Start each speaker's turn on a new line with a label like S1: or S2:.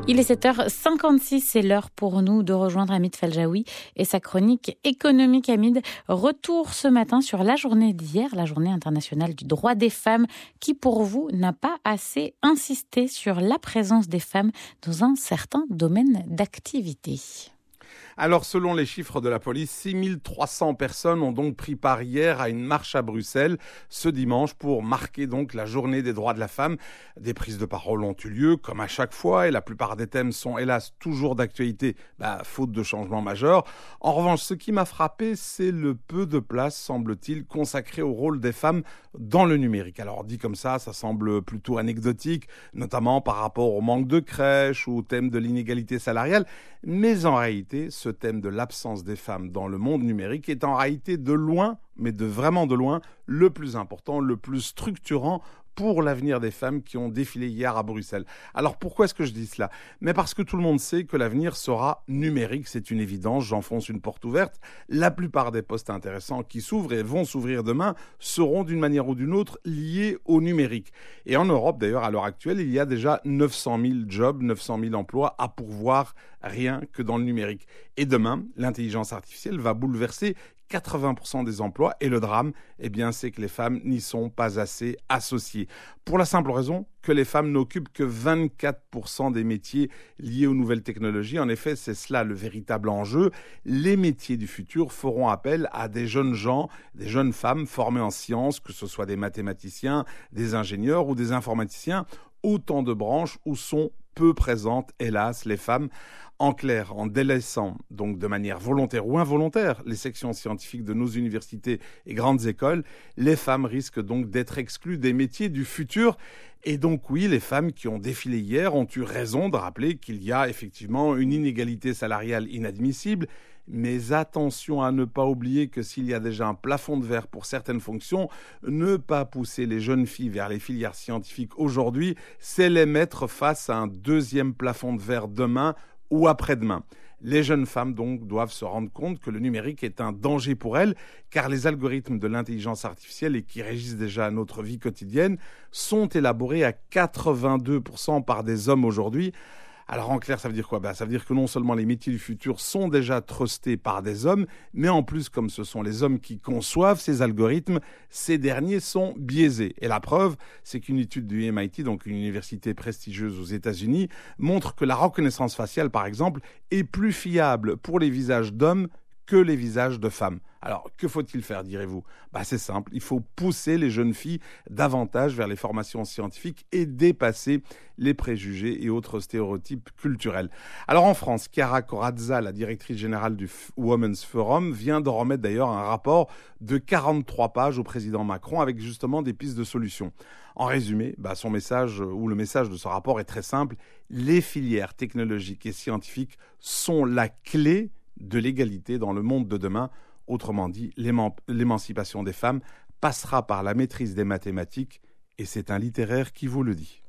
S1: Il est 7h56, c'est l'heure pour nous de rejoindre Hamid Feljaoui et sa chronique économique. Hamid, retour ce matin sur la journée d'hier, la journée internationale du droit des femmes, qui pour vous n'a pas assez insisté sur la présence des femmes dans un certain domaine d'activité.
S2: Alors, selon les chiffres de la police, 6300 personnes ont donc pris part hier à une marche à Bruxelles ce dimanche pour marquer donc la journée des droits de la femme. Des prises de parole ont eu lieu, comme à chaque fois, et la plupart des thèmes sont hélas toujours d'actualité, faute de changement majeur. En revanche, ce qui m'a frappé, c'est le peu de place, semble-t-il, consacrée au rôle des femmes dans le numérique. Alors, dit comme ça semble plutôt anecdotique, notamment par rapport au manque de crèches ou au thème de l'inégalité salariale, mais en réalité, ce thème de l'absence des femmes dans le monde numérique est en réalité de loin, mais de vraiment de loin, le plus important, le plus structurant pour l'avenir des femmes qui ont défilé hier à Bruxelles. Alors pourquoi est-ce que je dis cela ? Mais parce que tout le monde sait que l'avenir sera numérique, c'est une évidence, j'enfonce une porte ouverte. La plupart des postes intéressants qui s'ouvrent et vont s'ouvrir demain seront d'une manière ou d'une autre liés au numérique. Et en Europe d'ailleurs, à l'heure actuelle, il y a déjà 900 000 jobs, 900 000 emplois à pourvoir rien que dans le numérique. Et demain, l'intelligence artificielle va bouleverser 80% des emplois et le drame, c'est que les femmes n'y sont pas assez associées. Pour la simple raison que les femmes n'occupent que 24% des métiers liés aux nouvelles technologies. En effet, c'est cela le véritable enjeu. Les métiers du futur feront appel à des jeunes gens, des jeunes femmes formées en sciences, que ce soit des mathématiciens, des ingénieurs ou des informaticiens, autant de branches où sont peu présentes, hélas, les femmes. En clair, en délaissant donc de manière volontaire ou involontaire les sections scientifiques de nos universités et grandes écoles, les femmes risquent donc d'être exclues des métiers du futur. Et donc oui, les femmes qui ont défilé hier ont eu raison de rappeler qu'il y a effectivement une inégalité salariale inadmissible. Mais attention à ne pas oublier que s'il y a déjà un plafond de verre pour certaines fonctions, ne pas pousser les jeunes filles vers les filières scientifiques aujourd'hui, c'est les mettre face à un deuxième plafond de verre demain ou après-demain. Les jeunes femmes donc doivent se rendre compte que le numérique est un danger pour elles, car les algorithmes de l'intelligence artificielle et qui régissent déjà notre vie quotidienne sont élaborés à 82% par des hommes aujourd'hui. Alors en clair, ça veut dire quoi ? Ça veut dire que non seulement les métiers du futur sont déjà trustés par des hommes, mais en plus, comme ce sont les hommes qui conçoivent ces algorithmes, ces derniers sont biaisés. Et la preuve, c'est qu'une étude du MIT, donc une université prestigieuse aux États-Unis, montre que la reconnaissance faciale, par exemple, est plus fiable pour les visages d'hommes que les visages de femmes. Alors, que faut-il faire, direz-vous ? C'est simple, il faut pousser les jeunes filles davantage vers les formations scientifiques et dépasser les préjugés et autres stéréotypes culturels. Alors en France, Chiara Corazza, la directrice générale du Women's Forum, vient de remettre d'ailleurs un rapport de 43 pages au président Macron avec justement des pistes de solutions. En résumé, son message, ou le message de ce rapport est très simple, les filières technologiques et scientifiques sont la clé de l'égalité dans le monde de demain. Autrement dit, l'émancipation des femmes passera par la maîtrise des mathématiques, et c'est un littéraire qui vous le dit.